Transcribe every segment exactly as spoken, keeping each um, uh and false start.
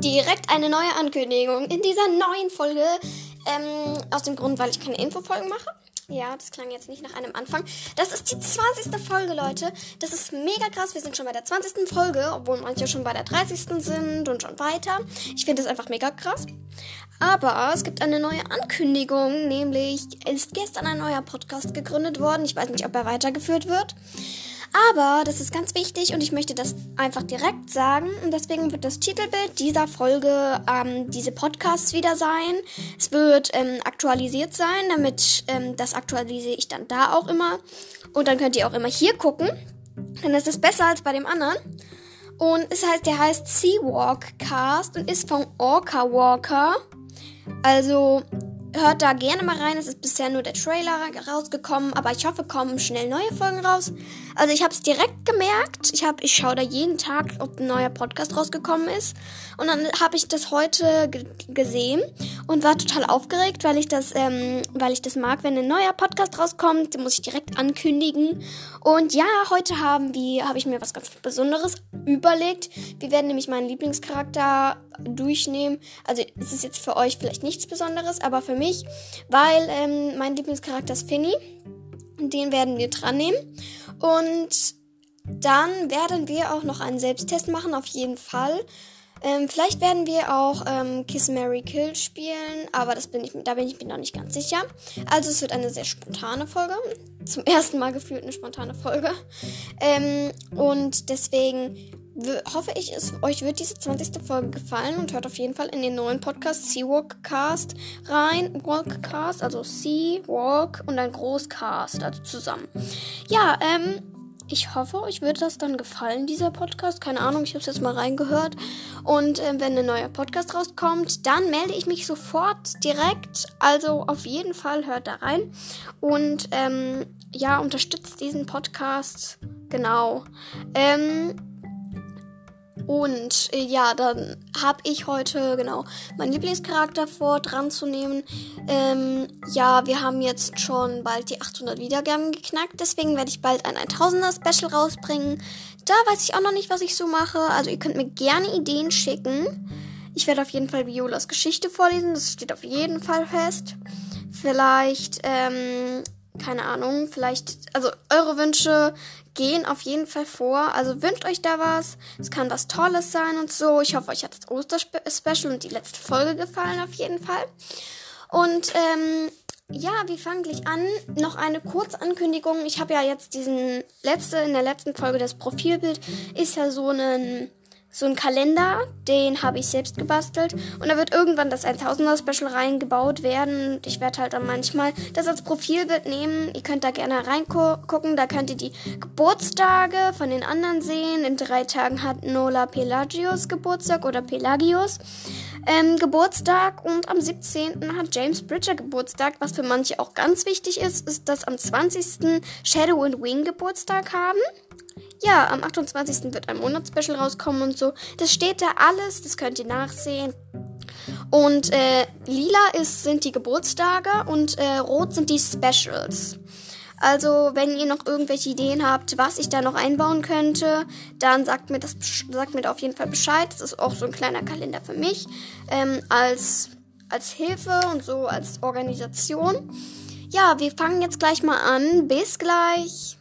direkt eine neue Ankündigung in dieser neuen Folge. Ähm, aus dem Grund, weil ich keine Infofolgen mache. Ja, das klang jetzt nicht nach einem Anfang. Das ist die zwanzigste Folge, Leute. Das ist mega krass. Wir sind schon bei der zwanzigsten Folge, obwohl manche schon bei der dreißigsten sind und schon weiter. Ich finde das einfach mega krass. Aber es gibt eine neue Ankündigung, nämlich ist gestern ein neuer Podcast gegründet worden. Ich weiß nicht, ob er weitergeführt wird. Aber das ist ganz wichtig und ich möchte das einfach direkt sagen. Und deswegen wird das Titelbild dieser Folge ähm, diese Podcasts wieder sein. Es wird ähm, aktualisiert sein, damit ähm, das aktualisiere ich dann da auch immer. Und dann könnt ihr auch immer hier gucken. Dann ist es besser als bei dem anderen. Und es heißt, der heißt Seawalk Cast und ist von Orca Walker. Also hört da gerne mal rein. Es ist bisher nur der Trailer rausgekommen, aber ich hoffe, kommen schnell neue Folgen raus. Also ich habe es direkt gemerkt. Ich habe, ich schaue da jeden Tag, ob ein neuer Podcast rausgekommen ist. Und dann habe ich das heute g- gesehen und war total aufgeregt, weil ich das, ähm, weil ich das mag, wenn ein neuer Podcast rauskommt, den muss ich direkt ankündigen. Und ja, heute haben wir, habe ich mir was ganz Besonderes überlegt. Wir werden nämlich meinen Lieblingscharakter durchnehmen. Also es ist jetzt für euch vielleicht nichts Besonderes, aber für mich, weil ähm, mein Lieblingscharakter ist Finny. Den werden wir dran nehmen. Und dann werden wir auch noch einen Selbsttest machen, auf jeden Fall. Ähm, vielleicht werden wir auch ähm, Kiss, Marry, Kill spielen, aber das bin ich, da bin ich mir noch nicht ganz sicher. Also es wird eine sehr spontane Folge. Zum ersten Mal gefühlt eine spontane Folge. Ähm, und deswegen w- hoffe ich, es, euch wird diese zwanzigste Folge gefallen und hört auf jeden Fall in den neuen Podcast Seawalkcast rein. Walkcast, also Sea, Walk und ein Großcast, also zusammen. Ja, ähm... Ich hoffe, euch wird das dann gefallen, dieser Podcast. Keine Ahnung, ich habe es jetzt mal reingehört. Und äh, wenn ein neuer Podcast rauskommt, dann melde ich mich sofort direkt. Also auf jeden Fall hört da rein. Und ähm, ja, unterstützt diesen Podcast. Genau. Ähm... Und äh, ja, dann habe ich heute, genau, meinen Lieblingscharakter vor, dran zu nehmen. Ähm, ja, wir haben jetzt schon bald die achthundert Wiedergaben geknackt, deswegen werde ich bald ein tausender-Special rausbringen. Da weiß ich auch noch nicht, was ich so mache, also ihr könnt mir gerne Ideen schicken. Ich werde auf jeden Fall Violas Geschichte vorlesen, das steht auf jeden Fall fest. Vielleicht, ähm... keine Ahnung, vielleicht, also eure Wünsche gehen auf jeden Fall vor. Also wünscht euch da was. Es kann was Tolles sein und so. Ich hoffe, euch hat das Osterspecial und die letzte Folge gefallen auf jeden Fall. Und ähm, ja, wir fangen gleich an. Noch eine Kurzankündigung. Ich habe ja jetzt diesen letzte, in der letzten Folge das Profilbild ist ja so ein So ein Kalender, den habe ich selbst gebastelt. Und da wird irgendwann das tausender-Special reingebaut werden. Und ich werde halt dann manchmal das als Profilbild nehmen. Ihr könnt da gerne reingucken. Da könnt ihr die Geburtstage von den anderen sehen. In drei Tagen hat Nola Pelagius Geburtstag oder Pelagius ähm, Geburtstag. Und am siebzehnten hat James Bridger Geburtstag. Was für manche auch ganz wichtig ist, ist, dass am zwanzigsten Shadow und Wing Geburtstag haben. Ja, am achtundzwanzigsten wird ein Monatsspecial rauskommen und so. Das steht da alles, das könnt ihr nachsehen. Und äh, lila ist, sind die Geburtstage und äh, rot sind die Specials. Also, wenn ihr noch irgendwelche Ideen habt, was ich da noch einbauen könnte, dann sagt mir das, sagt mir da auf jeden Fall Bescheid. Das ist auch so ein kleiner Kalender für mich, ähm, als, als Hilfe und so als Organisation. Ja, wir fangen jetzt gleich mal an. Bis gleich.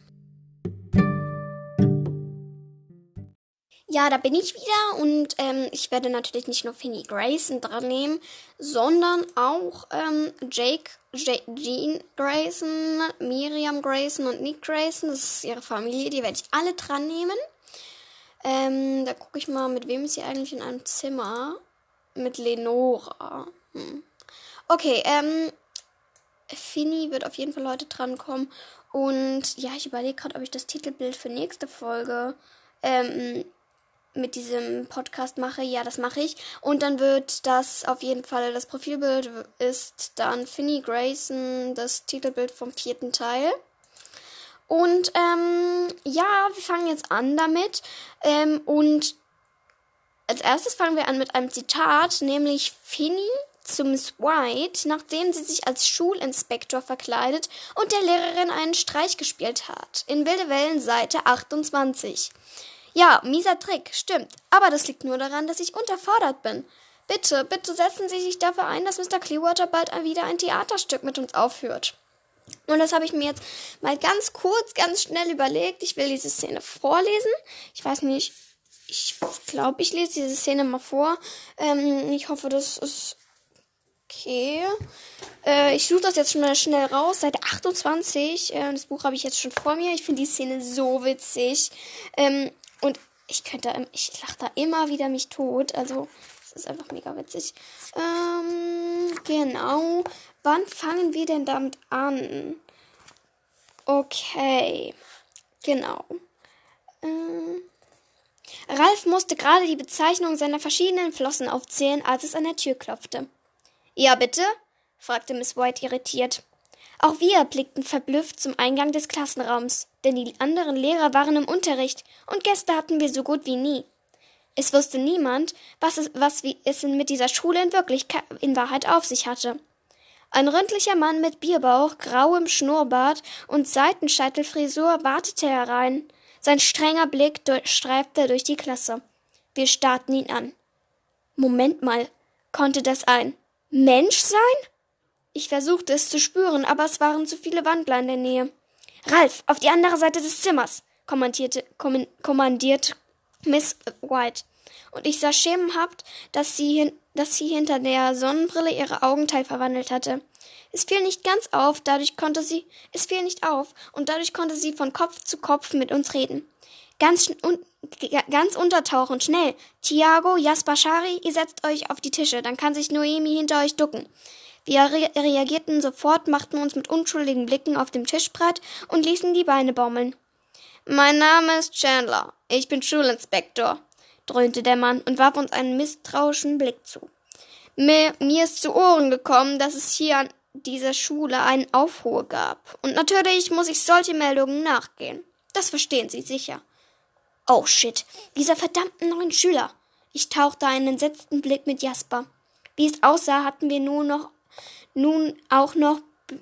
Ja, da bin ich wieder und ähm, ich werde natürlich nicht nur Finny Grayson dran nehmen, sondern auch ähm, Jake, J- Jean Grayson, Miriam Grayson und Nick Grayson. Das ist ihre Familie, die werde ich alle dran nehmen. Ähm, da gucke ich mal, mit wem ist sie eigentlich in einem Zimmer? Mit Lenora. Hm. Okay, ähm, Finny wird auf jeden Fall heute drankommen. Und ja, ich überlege gerade, ob ich das Titelbild für nächste Folge ähm, mit diesem Podcast mache. Ja, das mache ich. Und dann wird das auf jeden Fall, das Profilbild ist dann Finny Grayson, das Titelbild vom vierten Teil. Und ähm, ja, wir fangen jetzt an damit. Ähm, und als erstes fangen wir an mit einem Zitat, nämlich Finny zu Miss White, nachdem sie sich als Schulinspektor verkleidet und der Lehrerin einen Streich gespielt hat. In Wilde Wellen, Seite achtundzwanzig. Ja, mieser Trick, stimmt. Aber das liegt nur daran, dass ich unterfordert bin. Bitte, bitte setzen Sie sich dafür ein, dass Mister Clearwater bald wieder ein Theaterstück mit uns aufführt. Und das habe ich mir jetzt mal ganz kurz, ganz schnell überlegt. Ich will diese Szene vorlesen. Ich weiß nicht, ich glaube, ich lese diese Szene mal vor. Ähm, ich hoffe, das ist okay. Äh, ich suche das jetzt schon mal schnell raus. Seite achtundzwanzig. Äh, das Buch habe ich jetzt schon vor mir. Ich finde die Szene so witzig. Ähm, und ich könnte, ich lache da immer wieder mich tot. Also, das ist einfach mega witzig. Ähm, genau. Wann fangen wir denn damit an? Okay. Genau. Ähm. Ralf musste gerade die Bezeichnung seiner verschiedenen Flossen aufzählen, als es an der Tür klopfte. »Ja, bitte?« fragte Miss White irritiert. Auch wir blickten verblüfft zum Eingang des Klassenraums, denn die anderen Lehrer waren im Unterricht und Gäste hatten wir so gut wie nie. Es wusste niemand, was es, was es mit dieser Schule in Wirklichkeit, in Wahrheit auf sich hatte. Ein ründlicher Mann mit Bierbauch, grauem Schnurrbart und Seitenscheitelfrisur wartete herein. Sein strenger Blick durch, streifte durch die Klasse. Wir starrten ihn an. Moment mal, konnte das ein Mensch sein? Ich versuchte es zu spüren, aber es waren zu viele Wandler in der Nähe. »Ralf, auf die andere Seite des Zimmers«, kommandierte, komm, kommandiert Miss White. Und ich sah schemenhaft, dass sie, hin, dass sie hinter der Sonnenbrille ihre Augenteil verwandelt hatte. Es fiel nicht ganz auf, dadurch konnte sie, es fiel nicht auf, und dadurch konnte sie von Kopf zu Kopf mit uns reden. Ganz, un, ganz untertauchen, schnell. Tiago, Jasper, Shari, ihr setzt euch auf die Tische, dann kann sich Noemi hinter euch ducken. Wir re reagierten sofort, machten uns mit unschuldigen Blicken auf dem Tisch breit und ließen die Beine baumeln. »Mein Name ist Chandler. Ich bin Schulinspektor«, dröhnte der Mann und warf uns einen misstrauischen Blick zu. Mir, mir ist zu Ohren gekommen, dass es hier an dieser Schule einen Aufruhr gab. Und natürlich muss ich solche Meldungen nachgehen. Das verstehen Sie sicher. Oh shit, dieser verdammten neuen Schüler. Ich tauchte einen entsetzten Blick mit Jasper. Wie es aussah, hatten wir nun noch, nun auch noch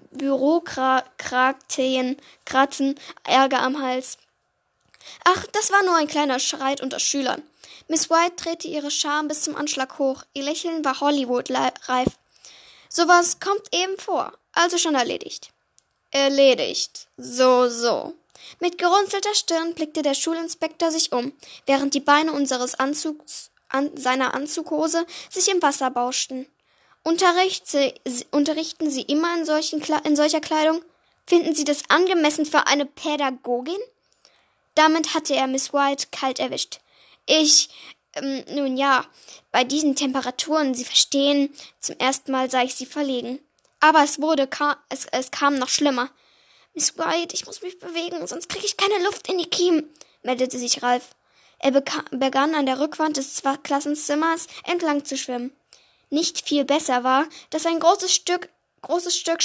Bürokraten, Kratzen, Ärger am Hals. Ach, das war nur ein kleiner Streit unter Schülern. Miss White drehte ihre Scham bis zum Anschlag hoch. Ihr Lächeln war Hollywood-reif. Sowas kommt eben vor. Also schon erledigt. Erledigt. So, so. Mit gerunzelter Stirn blickte der Schulinspektor sich um, während die Beine unseres Anzugs, an, seiner Anzughose sich im Wasser bauschten. Unterricht sie, unterrichten Sie immer in, solchen, in solcher Kleidung? Finden Sie das angemessen für eine Pädagogin? Damit hatte er Miss White kalt erwischt. Ich, ähm, nun ja, bei diesen Temperaturen, Sie verstehen, zum ersten Mal sah ich sie verlegen. Aber es wurde, ka es, es kam noch schlimmer. Miss White, ich muss mich bewegen, sonst kriege ich keine Luft in die Kiemen, meldete sich Ralf. Er begann an der Rückwand des Klassenzimmers entlang zu schwimmen. Nicht viel besser war, dass ein großes Stück, großes Stück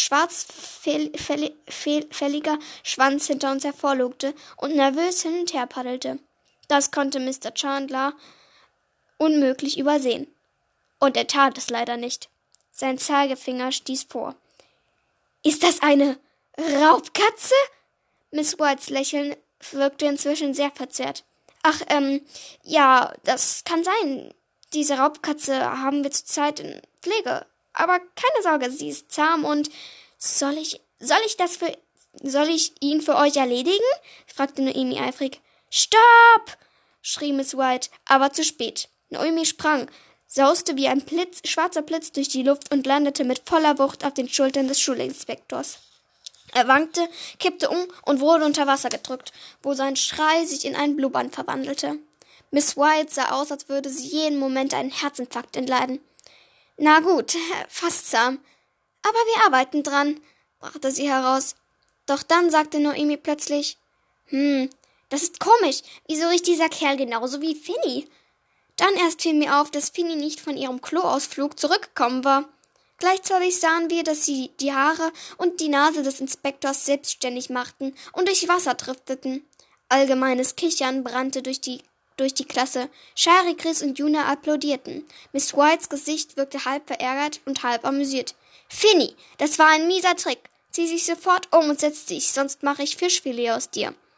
schwarzfälliger Schwanz hinter uns hervorlugte und nervös hin und her paddelte. Das konnte Mister Chandler unmöglich übersehen. Und er tat es leider nicht. Sein Zeigefinger stieß vor. »Ist das eine Raubkatze?« Miss Whites Lächeln wirkte inzwischen sehr verzerrt. »Ach, ähm, ja, das kann sein. Diese Raubkatze haben wir zurzeit in Pflege. Aber keine Sorge, sie ist zahm und... Soll ich, soll ich das für, soll ich ihn für euch erledigen?« fragte Noemi eifrig. »Stopp!« schrie Miss White, aber zu spät. Noemi sprang, sauste wie ein Blitz, schwarzer Blitz durch die Luft und landete mit voller Wucht auf den Schultern des Schulinspektors. Er wankte, kippte um und wurde unter Wasser gedrückt, wo sein Schrei sich in einen Blubbern verwandelte. Miss White sah aus, als würde sie jeden Moment einen Herzinfarkt entleiden. »Na gut, fast zahm. Aber wir arbeiten dran«, brachte sie heraus. Doch dann sagte Noemi plötzlich, »Hm, das ist komisch. Wieso riecht dieser Kerl genauso wie Finny?« Dann erst fiel mir auf, dass Finny nicht von ihrem Kloausflug zurückgekommen war. Gleichzeitig sahen wir, dass sie die Haare und die Nase des Inspektors selbstständig machten und durch Wasser drifteten. Allgemeines Kichern brannte durch die durch die Klasse. Shari, Chris und Juna applaudierten. Miss Whites Gesicht wirkte halb verärgert und halb amüsiert. »Finny, das war ein mieser Trick. Zieh dich sofort um und setz dich, sonst mache ich Fischfilet aus dir.«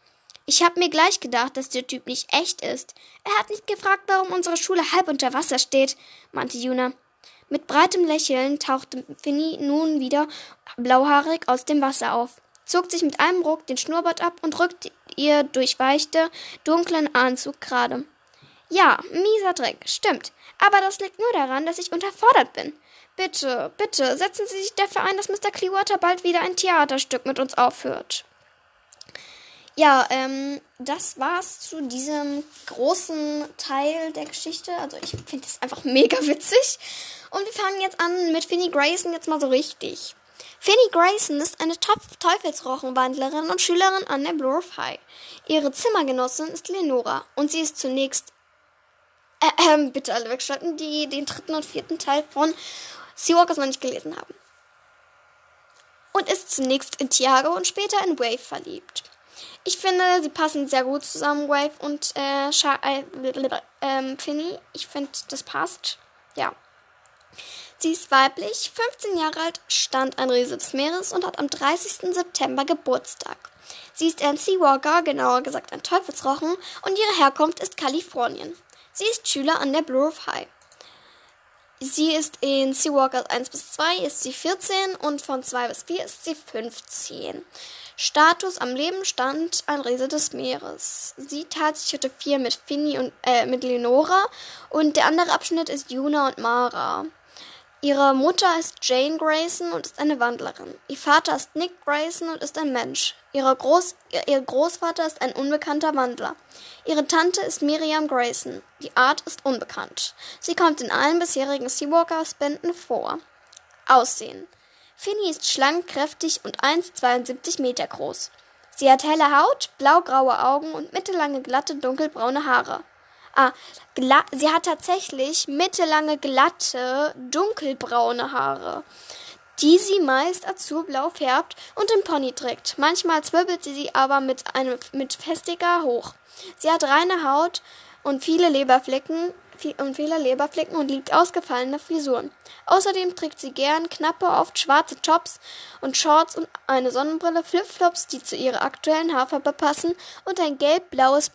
Ich habe mir gleich gedacht, dass der Typ nicht echt ist. Er hat nicht gefragt, warum unsere Schule halb unter Wasser steht, meinte Juna. Mit breitem Lächeln tauchte Finny nun wieder blauhaarig aus dem Wasser auf, zog sich mit einem Ruck den Schnurrbart ab und rückte ihr durchweichte, dunklen Anzug gerade. Ja, mieser Trick, stimmt. Aber das liegt nur daran, dass ich unterfordert bin. Bitte, bitte, setzen Sie sich dafür ein, dass Mister Clearwater bald wieder ein Theaterstück mit uns aufführt. Ja, ähm, das war's zu diesem großen Teil der Geschichte. Also ich finde das einfach mega witzig. Und wir fangen jetzt an mit Finny Grayson jetzt mal so richtig. Finny Grayson ist eine Teufelsrochenwandlerin und Schülerin an der Blue Earth High. Ihre Zimmergenossin ist Lenora und sie ist zunächst äh, äh, bitte alle wegschalten, die den dritten und vierten Teil von Seawalkers noch nicht gelesen haben. Und ist zunächst in Tiago und später in Wave verliebt. Ich finde, sie passen sehr gut zusammen, Wave und äh, Sha- äh, äh, Finny. Ich finde, das passt. Ja. Sie ist weiblich, fünfzehn Jahre alt, stand ein Riese des Meeres und hat am dreißigsten September Geburtstag. Sie ist ein Seawalker, genauer gesagt ein Teufelsrochen, und ihre Herkunft ist Kalifornien. Sie ist Schüler an der Blue Earth High. Sie ist in Seawalkers eins bis zwei ist sie vierzehn und von zwei bis vier ist sie fünfzehn. Status am Leben stand ein Riese des Meeres. Sie teilt sich heute vier mit Finny und äh, mit Lenora und der andere Abschnitt ist Juna und Mara. Ihre Mutter ist Jane Grayson und ist eine Wandlerin. Ihr Vater ist Nick Grayson und ist ein Mensch. Ihre Groß, ihr Großvater ist ein unbekannter Wandler. Ihre Tante ist Miriam Grayson. Die Art ist unbekannt. Sie kommt in allen bisherigen Seawalkers-Bänden vor. Aussehen. Finny ist schlank, kräftig und eins Komma zweiundsiebzig Meter groß. Sie hat helle Haut, blaugraue Augen und mittellange, glatte, dunkelbraune Haare. Ah, gla- sie hat tatsächlich mittellange, glatte, dunkelbraune Haare, die sie meist azurblau färbt und im Pony trägt. Manchmal zwirbelt sie sie aber mit einem mit festiger hoch. Sie hat reine Haut und viele Leberflecken und viele Leberflecken und liebt ausgefallene Frisuren. Außerdem trägt sie gern knappe, oft schwarze Tops und Shorts und eine Sonnenbrille, Flipflops, die zu ihrer aktuellen Haarfarbe passen, und ein gelb-blaues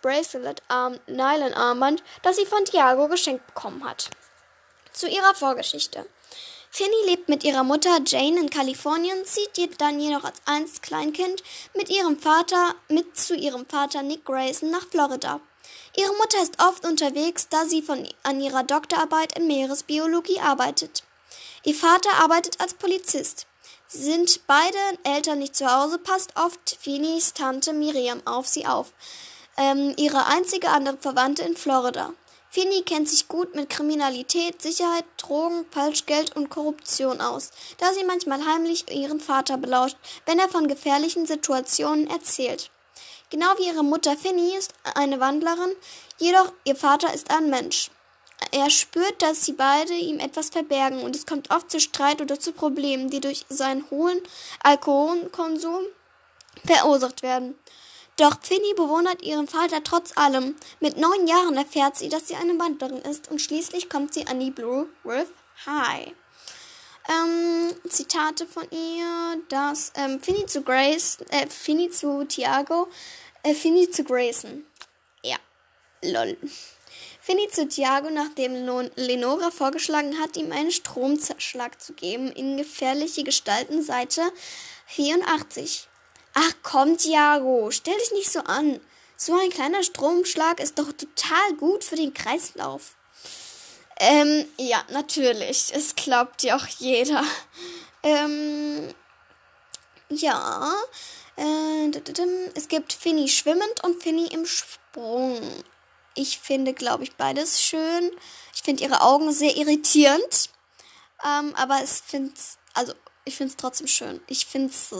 Bracelet-Nylon-Armband, das sie von Tiago geschenkt bekommen hat. Zu ihrer Vorgeschichte. Finny lebt mit ihrer Mutter Jane in Kalifornien, zieht dann jedoch als einziges Kleinkind mit ihrem Vater mit zu ihrem Vater Nick Grayson nach Florida. Ihre Mutter ist oft unterwegs, da sie von, an ihrer Doktorarbeit in Meeresbiologie arbeitet. Ihr Vater arbeitet als Polizist. Sind beide Eltern nicht zu Hause, passt oft Finnys Tante Miriam auf sie auf, ähm, ihre einzige andere Verwandte in Florida. Finny kennt sich gut mit Kriminalität, Sicherheit, Drogen, Falschgeld und Korruption aus, da sie manchmal heimlich ihren Vater belauscht, wenn er von gefährlichen Situationen erzählt. Genau wie ihre Mutter Finny ist eine Wandlerin, jedoch ihr Vater ist ein Mensch. Er spürt, dass sie beide ihm etwas verbergen und es kommt oft zu Streit oder zu Problemen, die durch seinen hohen Alkoholkonsum verursacht werden. Doch Finny bewundert ihren Vater trotz allem. Mit neun Jahren erfährt sie, dass sie eine Wandlerin ist und schließlich kommt sie an die Blue Earth High. Ähm, Zitate von ihr, dass ähm, Finny zu Grace, äh, Finny zu Tiago, äh, Finny zu Grayson. Ja, lol. Finny zu Tiago, nachdem Lenora vorgeschlagen hat, ihm einen Stromschlag zu geben, in gefährliche Gestalten, Seite vierundachtzig. Ach komm, Tiago, stell dich nicht so an. So ein kleiner Stromschlag ist doch total gut für den Kreislauf. Ähm, ja, natürlich. Es glaubt ja auch jeder. Ähm, ja. Äh, es gibt Finny schwimmend und Finny im Sprung. Ich finde, glaube ich, beides schön. Ich finde ihre Augen sehr irritierend. Ähm, aber es find's, also, ich finde es trotzdem schön. Ich finde es,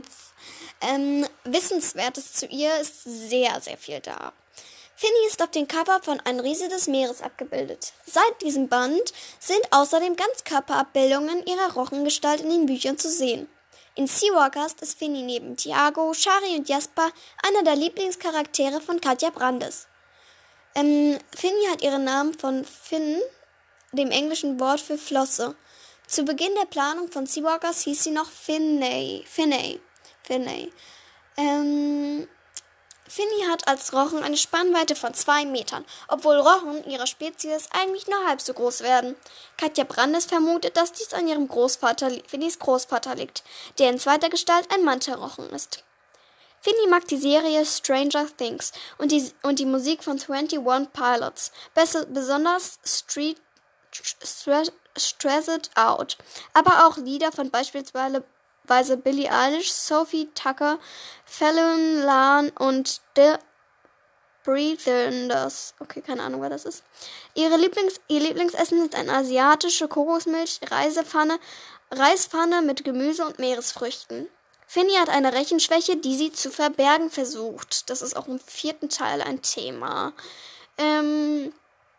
ähm, Wissenswertes zu ihr ist sehr, sehr viel da. Finny ist auf dem Cover von Ein Riese des Meeres abgebildet. Seit diesem Band sind außerdem Ganzkörperabbildungen ihrer Rochengestalt in den Büchern zu sehen. In Seawalkers ist Finny neben Tiago, Shari und Jasper einer der Lieblingscharaktere von Katja Brandes. Ähm, Finny hat ihren Namen von Finn, dem englischen Wort für Flosse. Zu Beginn der Planung von Seawalkers hieß sie noch Finney. Finney. Finney. Ähm... Finny hat als Rochen eine Spannweite von zwei Metern, obwohl Rochen ihrer Spezies eigentlich nur halb so groß werden. Katja Brandes vermutet, dass dies an ihrem Großvater, Finnys Großvater liegt, der in zweiter Gestalt ein Manta-Rochen ist. Finny mag die Serie Stranger Things und die, und die Musik von einundzwanzig Pilots, besser, besonders Street Stressed Out, aber auch Lieder von beispielsweise Billie Eilish, Sophie Tucker, Fallon Lan und The Pretenders. Okay, keine Ahnung, wer das ist. Ihre Lieblings, ihr Lieblingsessen ist eine asiatische Kokosmilch, Reisepfanne, Reispfanne mit Gemüse und Meeresfrüchten. Finny hat eine Rechenschwäche, die sie zu verbergen versucht. Das ist auch im vierten Teil ein Thema. Ähm,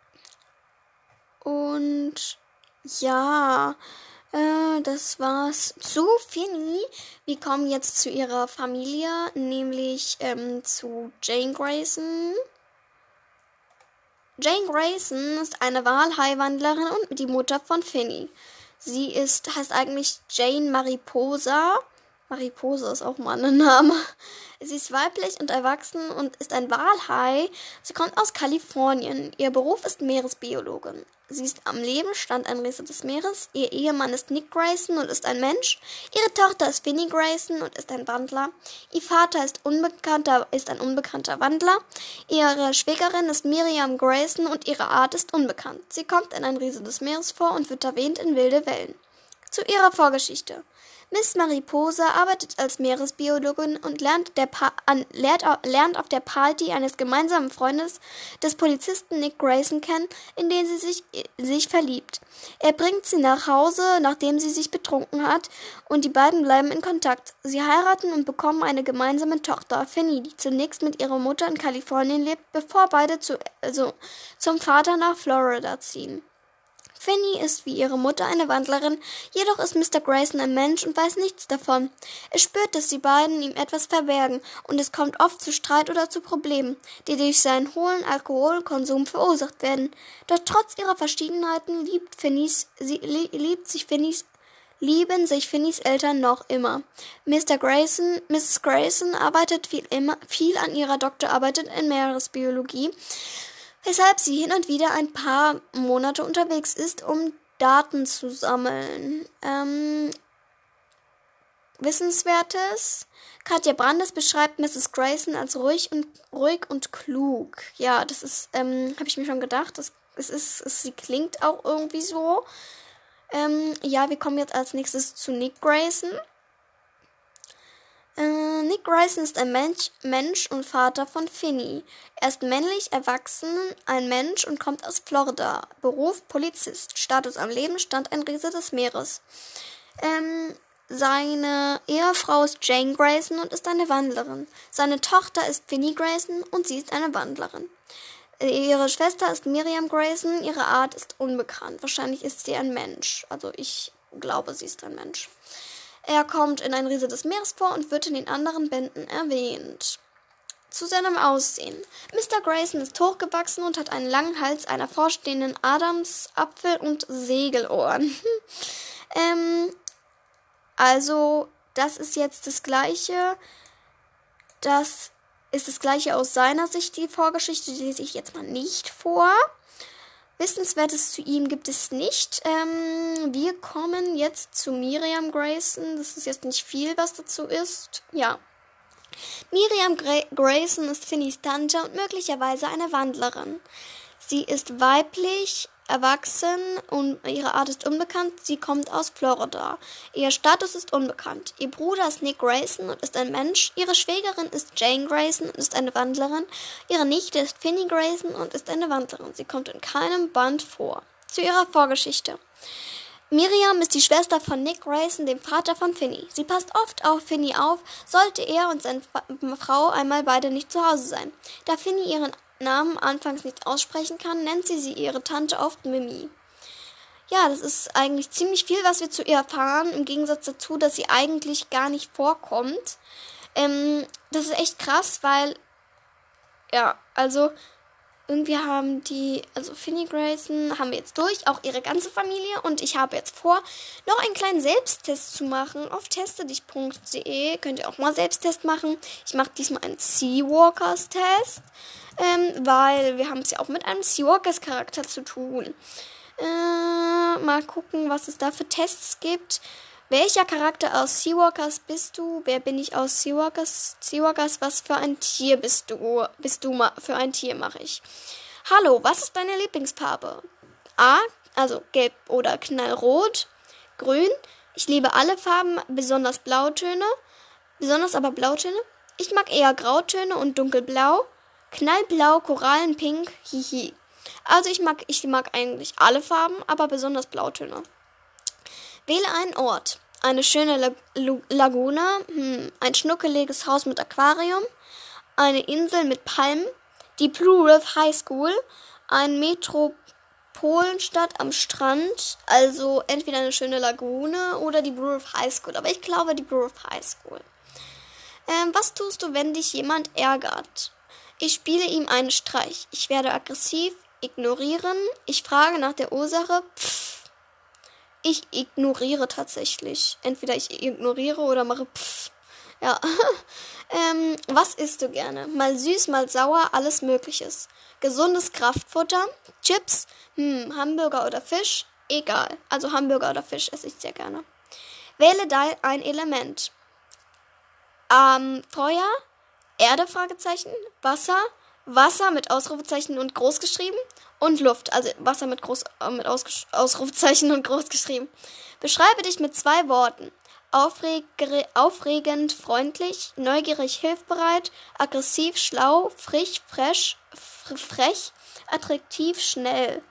und ja, äh, das war's zu Finny. Wir kommen jetzt zu ihrer Familie, nämlich ähm, zu Jane Grayson. Jane Grayson ist eine Walhaiwandlerin und die Mutter von Finny. Sie ist, heißt eigentlich Jane Mariposa. Mariposa ist auch mal ein Name. Sie ist weiblich und erwachsen und ist ein Walhai. Sie kommt aus Kalifornien. Ihr Beruf ist Meeresbiologin. Sie ist am Leben, stand ein Riese des Meeres. Ihr Ehemann ist Nick Grayson und ist ein Mensch. Ihre Tochter ist Finny Grayson und ist ein Wandler. Ihr Vater ist, unbekannter, ist ein unbekannter Wandler. Ihre Schwägerin ist Miriam Grayson und ihre Art ist unbekannt. Sie kommt in ein Riese des Meeres vor und wird erwähnt in Wilde Wellen. Zu ihrer Vorgeschichte. Miss Mariposa arbeitet als Meeresbiologin und lernt, der pa- an, lernt, lernt auf der Party eines gemeinsamen Freundes des Polizisten Nick Grayson kennen, in den sie sich, sich verliebt. Er bringt sie nach Hause, nachdem sie sich betrunken hat, und die beiden bleiben in Kontakt. Sie heiraten und bekommen eine gemeinsame Tochter, Finny, die zunächst mit ihrer Mutter in Kalifornien lebt, bevor beide zu, also, zum Vater nach Florida ziehen. Finny ist wie ihre Mutter eine Wandlerin, jedoch ist Mister Grayson ein Mensch und weiß nichts davon. Er spürt, dass die beiden ihm etwas verbergen, und es kommt oft zu Streit oder zu Problemen, die durch seinen hohen Alkoholkonsum verursacht werden. Doch trotz ihrer Verschiedenheiten liebt, Finnys, sie, liebt sich Finnys, lieben sich Finnys Eltern noch immer. Mister Grayson, Misses Grayson arbeitet viel, immer, viel an ihrer Doktorarbeit in Meeresbiologie, weshalb sie hin und wieder ein paar Monate unterwegs ist, um Daten zu sammeln. Ähm, Wissenswertes. Katja Brandes beschreibt Misses Grayson als ruhig und ruhig und klug. Ja, das ist, ähm, habe ich mir schon gedacht. Das, es ist, es, sie klingt auch irgendwie so. Ähm, ja, wir kommen jetzt als nächstes zu Nick Grayson. Äh, Nick Grayson ist ein Mensch, Mensch und Vater von Finny. Er ist männlich, erwachsen, ein Mensch und kommt aus Florida. Beruf Polizist. Status am Leben, stand ein Riese des Meeres. Ähm, seine Ehefrau ist Jane Grayson und ist eine Wandlerin. Seine Tochter ist Finny Grayson und sie ist eine Wandlerin. Ihre Schwester ist Miriam Grayson. Ihre Art ist unbekannt. Wahrscheinlich ist sie ein Mensch. Also ich glaube, sie ist ein Mensch. Er kommt in ein Riese des Meeres vor und wird in den anderen Bänden erwähnt. Zu seinem Aussehen. Mister Grayson ist hochgewachsen und hat einen langen Hals, einen hervorstehenden Adamsapfel und Segelohren. ähm, also, das ist jetzt das Gleiche. Das ist das Gleiche aus seiner Sicht, die Vorgeschichte, die lese ich jetzt mal nicht vor. Wissenswertes zu ihm gibt es nicht. Ähm, wir kommen jetzt zu Miriam Grayson. Das ist jetzt nicht viel, was dazu ist. Ja. Miriam Gra- Grayson ist Finnys Tante und möglicherweise eine Wandlerin. Sie ist weiblich, erwachsen und ihre Art ist unbekannt. Sie kommt aus Florida. Ihr Status ist unbekannt. Ihr Bruder ist Nick Grayson und ist ein Mensch. Ihre Schwägerin ist Jane Grayson und ist eine Wandlerin. Ihre Nichte ist Finny Grayson und ist eine Wandlerin. Sie kommt in keinem Band vor. Zu ihrer Vorgeschichte. Miriam ist die Schwester von Nick Grayson, dem Vater von Finny. Sie passt oft auf Finny auf, sollte er und seine Frau einmal beide nicht zu Hause sein. Da Finny ihren Namen anfangs nicht aussprechen kann, nennt sie, sie ihre Tante oft Mimi. Ja, das ist eigentlich ziemlich viel, was wir zu ihr erfahren, im Gegensatz dazu, dass sie eigentlich gar nicht vorkommt. Ähm, das ist echt krass, weil, ja, also, irgendwie haben die, also Finny Grayson haben wir jetzt durch, auch ihre ganze Familie. Und ich habe jetzt vor, noch einen kleinen Selbsttest zu machen auf teste dich punkt de. Könnt ihr auch mal Selbsttest machen. Ich mache diesmal einen Seawalkers-Test, ähm, weil wir haben es ja auch mit einem Seawalkers-Charakter zu tun. Äh, mal gucken, was es da für Tests gibt. Welcher Charakter aus Seawalkers bist du? Wer bin ich aus Seawalkers? Seawalkers, was für ein Tier bist du? Bist du ma- für ein Tier, mache ich. Hallo, was ist deine Lieblingsfarbe? A, also gelb oder knallrot, grün. Ich liebe alle Farben, besonders Blautöne. Besonders aber Blautöne. Ich mag eher Grautöne und dunkelblau. Knallblau, Korallenpink, hihi. Also ich mag, ich mag eigentlich alle Farben, aber besonders Blautöne. Wähle einen Ort. Eine schöne Lag- Lu- Lagune, hm, ein schnuckeliges Haus mit Aquarium, eine Insel mit Palmen, die Blue Riff High School, eine Metropolenstadt am Strand, also entweder eine schöne Lagune oder die Blue Riff High School, aber ich glaube die Blue Riff High School. Ähm, was tust du, wenn dich jemand ärgert? Ich spiele ihm einen Streich. Ich werde aggressiv, ignorieren, ich frage nach der Ursache, pff. Ich ignoriere tatsächlich. Entweder ich ignoriere oder mache pff. Ja. ähm, was isst du gerne? Mal süß, mal sauer, alles Mögliches. Gesundes Kraftfutter, Chips, hm, Hamburger oder Fisch, egal. Also Hamburger oder Fisch esse ich sehr gerne. Wähle dein ein Element. Ähm, Feuer, Erde, Fragezeichen, Wasser, Wasser mit Ausrufezeichen und groß geschrieben und Luft, also Wasser mit, groß, äh, mit Ausges- Ausrufezeichen und groß geschrieben. Beschreibe dich mit zwei Worten. Aufregre- aufregend, freundlich, neugierig, hilfsbereit, aggressiv, schlau, frisch, fresh, fr- frech, attraktiv, schnell.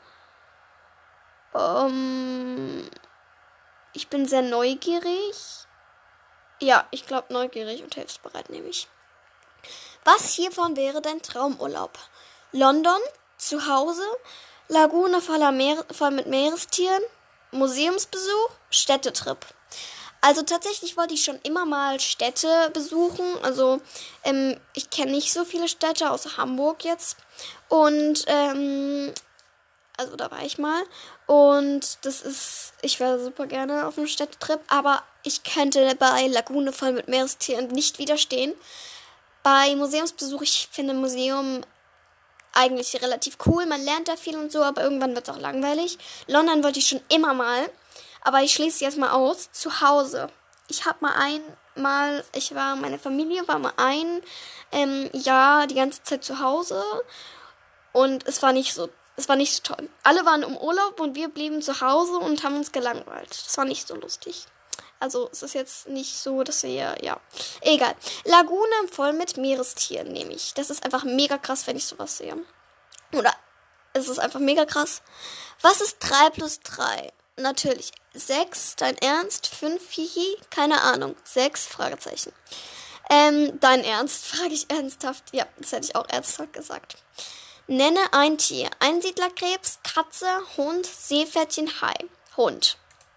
Ähm, ich bin sehr neugierig. Ja, ich glaube neugierig und hilfsbereit nehme ich. Was hiervon wäre dein Traumurlaub? London, zu Hause, Lagune voller Meer, voll mit Meerestieren, Museumsbesuch, Städtetrip. Also tatsächlich wollte ich schon immer mal Städte besuchen. Also ähm, ich kenne nicht so viele Städte, außer Hamburg jetzt. Und ähm, also da war ich mal. Und das ist, ich wäre super gerne auf einem Städtetrip. Aber ich könnte bei Lagune voll mit Meerestieren nicht widerstehen. Bei Museumsbesuch, ich finde Museum eigentlich relativ cool. Man lernt da viel und so, aber irgendwann wird es auch langweilig. London wollte ich schon immer mal, aber ich schließe jetzt mal aus. Zu Hause. Ich habe mal einmal, ich war, meine Familie war mal ein ähm, Jahr die ganze Zeit zu Hause und es war nicht so, es war nicht so toll. Alle waren im Urlaub und wir blieben zu Hause und haben uns gelangweilt. Das war nicht so lustig. Also es ist jetzt nicht so, dass wir, ja, egal. Lagune voll mit Meerestieren nehme ich. Das ist einfach mega krass, wenn ich sowas sehe. Oder es ist einfach mega krass. Was ist drei plus drei? Natürlich sechs, dein Ernst? fünf, hihi? Keine Ahnung. sechs, Fragezeichen. Ähm, dein Ernst? Frage ich ernsthaft. Ja, das hätte ich auch ernsthaft gesagt. Nenne ein Tier. Einsiedlerkrebs, Katze, Hund, Seepferdchen, Hai. Hund.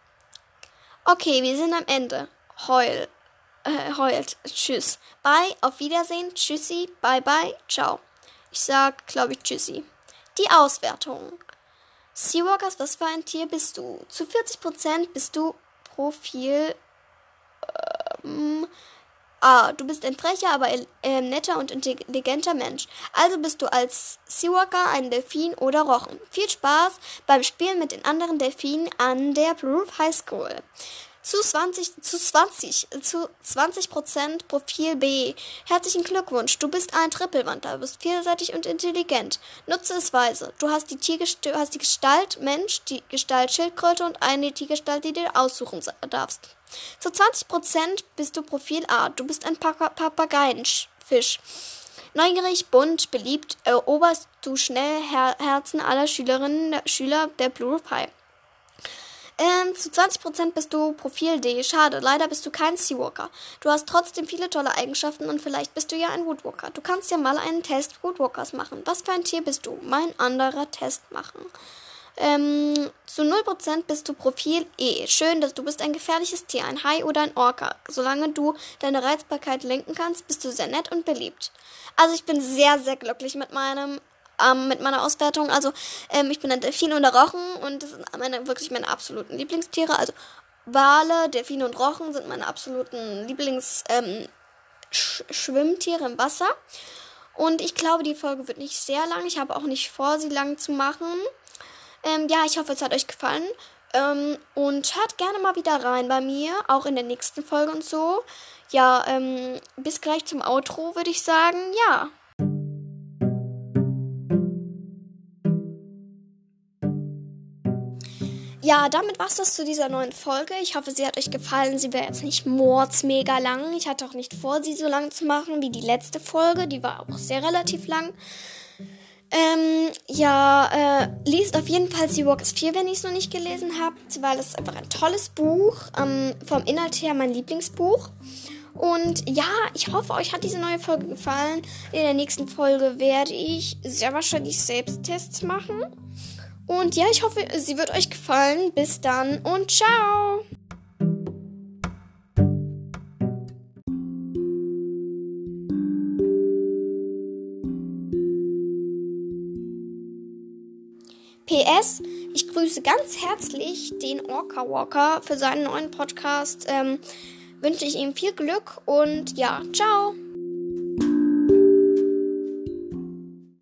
Okay, wir sind am Ende. Heul. Äh, heult. Tschüss. Bye. Auf Wiedersehen. Tschüssi. Bye bye. Ciao. Ich sag, glaube ich, Tschüssi. Die Auswertung. Seawalkers, was für ein Tier bist du? Zu vierzig Prozent bist du Profil. Ähm, A. Du bist ein frecher, aber äh, netter und intelligenter Mensch. Also bist du als Seawalker ein Delfin oder Rochen. Viel Spaß beim Spielen mit den anderen Delfinen an der Blue Riff High School. Zu zwanzig, zu zwanzig, zu zwanzig Prozent Profil B. Herzlichen Glückwunsch, du bist ein Trippelwandler, du bist vielseitig und intelligent. Nutze es weise. Du hast die, Tiergest- du hast die Gestalt Mensch, die Gestalt Schildkröte und eine Tiergestalt, die du dir aussuchen darfst. Zu zwanzig Prozent bist du Profil A. Du bist ein Papageienfisch. Neugierig, bunt, beliebt, eroberst du schnell Her- Herzen aller Schülerinnen und Schüler der Blue Riff High. Ähm, zu zwanzig Prozent bist du Profil D. Schade, leider bist du kein Seawalker. Du hast trotzdem viele tolle Eigenschaften und vielleicht bist du ja ein Woodwalker. Du kannst ja mal einen Test Woodwalkers machen. Was für ein Tier bist du? Mein anderer Test machen. Ähm, zu null Prozent bist du Profil E. Schön, dass du bist ein gefährliches Tier, ein Hai oder ein Orca. Solange du deine Reizbarkeit lenken kannst, bist du sehr nett und beliebt. Also ich bin sehr, sehr glücklich mit meinem ähm, mit meiner Auswertung. Also, ähm, ich bin ein Delfin und der Rochen und das sind meine, wirklich meine absoluten Lieblingstiere. Also, Wale, Delfine und Rochen sind meine absoluten Lieblings, ähm, Sch- Schwimmtiere im Wasser. Und ich glaube, die Folge wird nicht sehr lang. Ich habe auch nicht vor, sie lang zu machen. Ähm, ja, ich hoffe, es hat euch gefallen. Ähm, und hört gerne mal wieder rein bei mir, auch in der nächsten Folge und so. Ja, ähm, bis gleich zum Outro, würde ich sagen. Ja. Ja, damit war's das zu dieser neuen Folge. Ich hoffe, sie hat euch gefallen. Sie wäre jetzt nicht mordsmega lang. Ich hatte auch nicht vor, sie so lang zu machen wie die letzte Folge. Die war auch sehr relativ lang. Ähm, ja, äh, liest auf jeden Fall Seawalkers vier, wenn ihr es noch nicht gelesen habt, weil es einfach ein tolles Buch, ähm, vom Inhalt her mein Lieblingsbuch. Und ja, ich hoffe, euch hat diese neue Folge gefallen. In der nächsten Folge werde ich sehr wahrscheinlich Selbsttests machen. Und ja, ich hoffe, sie wird euch gefallen. Bis dann und ciao! P S, ich grüße ganz herzlich den Orca Walker für seinen neuen Podcast. Ähm, wünsche ich ihm viel Glück und ja, ciao!